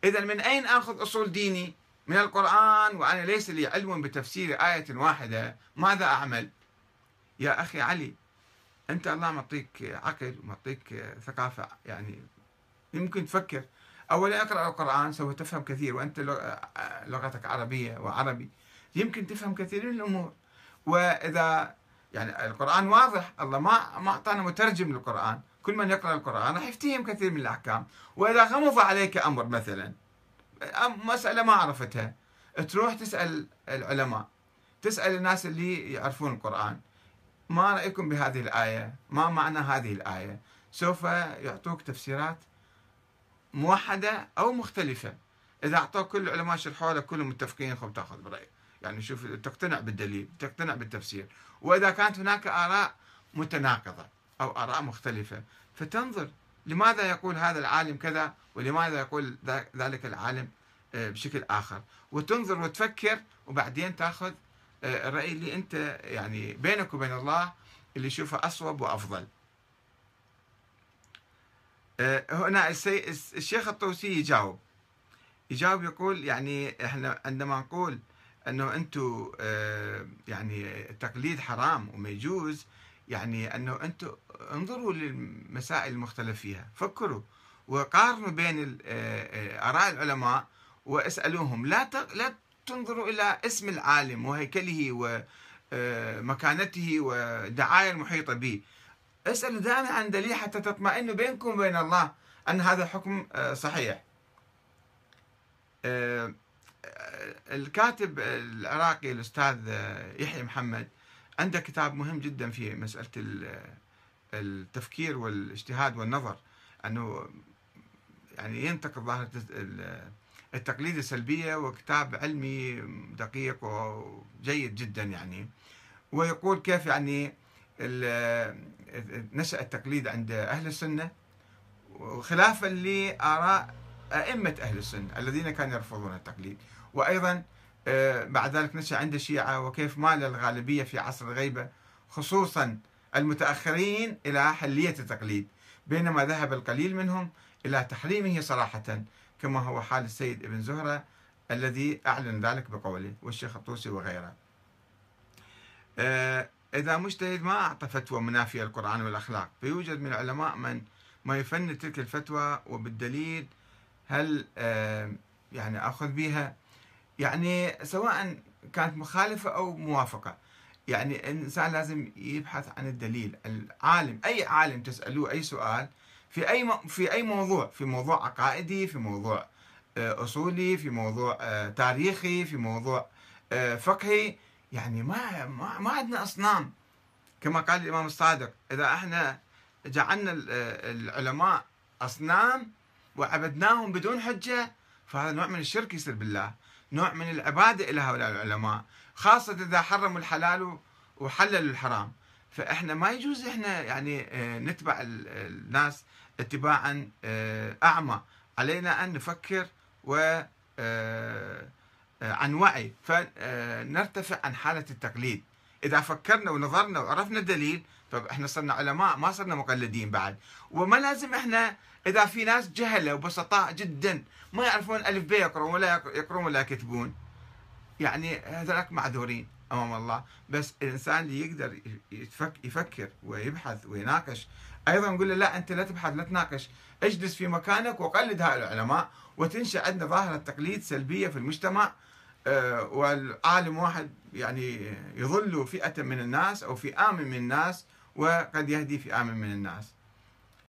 إذا من أين آخذ أصول ديني؟ من القرآن، وأنا ليس لي علم بتفسير آية واحدة، ماذا أعمل؟ يا أخي علي، أنت الله معطيك عقل ومعطيك ثقافة، يعني يمكن تفكر. أولا اقرأ القرآن سوف تفهم كثير، وأنت لغتك عربية وعربي، يمكن تفهم كثير من الأمور. وإذا يعني القرآن واضح، الله ما أعطانا مترجم للقرآن، كل من يقرأ القرآن راح يفتهم كثير من الأحكام. وإذا غمض عليك أمر مثلا، مسألة ما عرفتها، تروح تسأل العلماء، تسأل الناس اللي يعرفون القرآن، ما رأيكم بهذه الآية؟ ما معنى هذه الآية؟ سوف يعطوك تفسيرات موحدة أو مختلفة. إذا أعطوك كل العلماء شرحوا لك كلهم متفقين، خب تأخذ برأي، يعني شوف تقتنع بالدليل، تقتنع بالتفسير. وإذا كانت هناك آراء متناقضة أو آراء مختلفة، فتنظر لماذا يقول هذا العالم كذا ولماذا يقول ذلك العالم بشكل آخر، وتنظر وتفكر، وبعدين تأخذ الرأي اللي أنت يعني بينك وبين الله اللي يشوفه أصوب وأفضل. هنا الشيخ الطوسي يجاوب يقول يعني احنا عندما نقول انه انتم يعني التقليد حرام وما يجوز، يعني انه انتم انظروا للمسائل المختلف فيها، فكروا وقارنوا بين آراء العلماء واسألوهم. لا تنظروا إلى اسم العالم وهيكله ومكانته والدعاية المحيطة به، اسألوا دائما عن دليل حتى تطمئنوا بينكم وبين الله أن هذا الحكم صحيح. الكاتب العراقي الأستاذ يحيى محمد عنده كتاب مهم جدا في مسألة التفكير والاجتهاد والنظر، أنه يعني ينتقد ظاهرة التقليد السلبية، وكتاب علمي دقيق وجيد جدا يعني. ويقول كيف يعني نشأ التقليد عند أهل السنة خلافا لآراء أئمة أهل السنة الذين كانوا يرفضون التقليد، وأيضا بعد ذلك نشأ عند الشيعة، وكيف مال الغالبية في عصر الغيبة خصوصا المتأخرين إلى حلية التقليد، بينما ذهب القليل منهم إلى تحريمه صراحة، كما هو حال السيد ابن زهرة الذي أعلن ذلك بقوله، والشيخ الطوسي وغيره. إذا مجتهد ما أعطى فتوى منافية للقرآن والأخلاق، فيوجد من العلماء من ما يفند تلك الفتوى وبالدليل، هل يعني أخذ بها، يعني سواء كانت مخالفة أو موافقة. يعني الإنسان لازم يبحث عن الدليل. العالم، أي عالم تسألوه أي سؤال في أي موضوع، في موضوع عقائدي، في موضوع أصولي، في موضوع تاريخي، في موضوع فقهي، يعني ما عندنا أصنام. كما قال الإمام الصادق، إذا احنا جعلنا العلماء أصنام وعبدناهم بدون حجة، فهذا نوع من الشرك يصير بالله، نوع من العبادة إلى هؤلاء العلماء، خاصة إذا حرموا الحلال وحللوا الحرام. فإحنا ما يجوز إحنا يعني نتبع الناس اتباعا أعمى، علينا أن نفكر و عن وعي، فنرتفع عن حالة التقليد. إذا فكرنا ونظرنا وعرفنا الدليل، فإحنا صرنا علماء، ما صرنا مقلدين بعد. وما لازم إحنا، إذا في ناس جهلة وبسطاء جدا ما يعرفون ألف ب يقرون ولا يكتبون، يعني هذولك معذورين أمام الله. بس الإنسان اللي يقدر يفكر ويبحث ويناقش، أيضا نقول له لا، أنت لا تبحث لا تناقش، اجلس في مكانك وقلد هؤلاء العلماء، وتنشأ عندنا ظاهرة تقليد سلبية في المجتمع، والعالم واحد يعني يظل فئة من الناس أو فئام من الناس، وقد يهدي فئام من الناس.